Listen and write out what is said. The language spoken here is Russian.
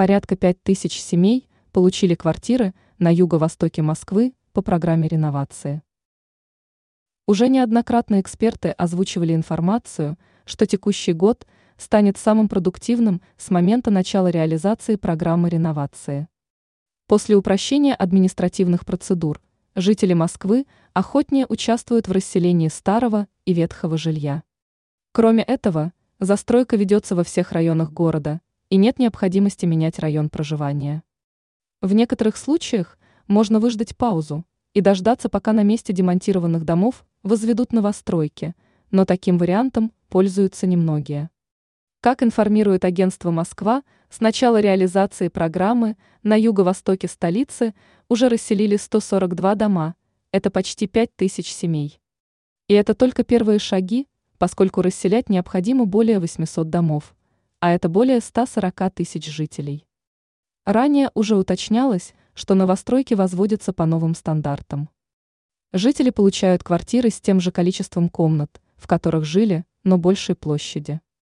Порядка 5000 семей получили квартиры на юго-востоке Москвы по программе реновации. Уже неоднократно эксперты озвучивали информацию, что текущий год станет самым продуктивным с момента начала реализации программы реновации. После упрощения административных процедур жители Москвы охотнее участвуют в расселении старого и ветхого жилья. Кроме этого, застройка ведется во всех районах города, и нет необходимости менять район проживания. В некоторых случаях можно выждать паузу и дождаться, пока на месте демонтированных домов возведут новостройки, но таким вариантом пользуются немногие. Как информирует агентство «Москва», с начала реализации программы на юго-востоке столицы уже расселили 142 дома, это почти 5000 семей. И это только первые шаги, поскольку расселять необходимо более 800 домов, а это более 140 тысяч жителей. Ранее уже уточнялось, что новостройки возводятся по новым стандартам. Жители получают квартиры с тем же количеством комнат, в которых жили, но большей площади.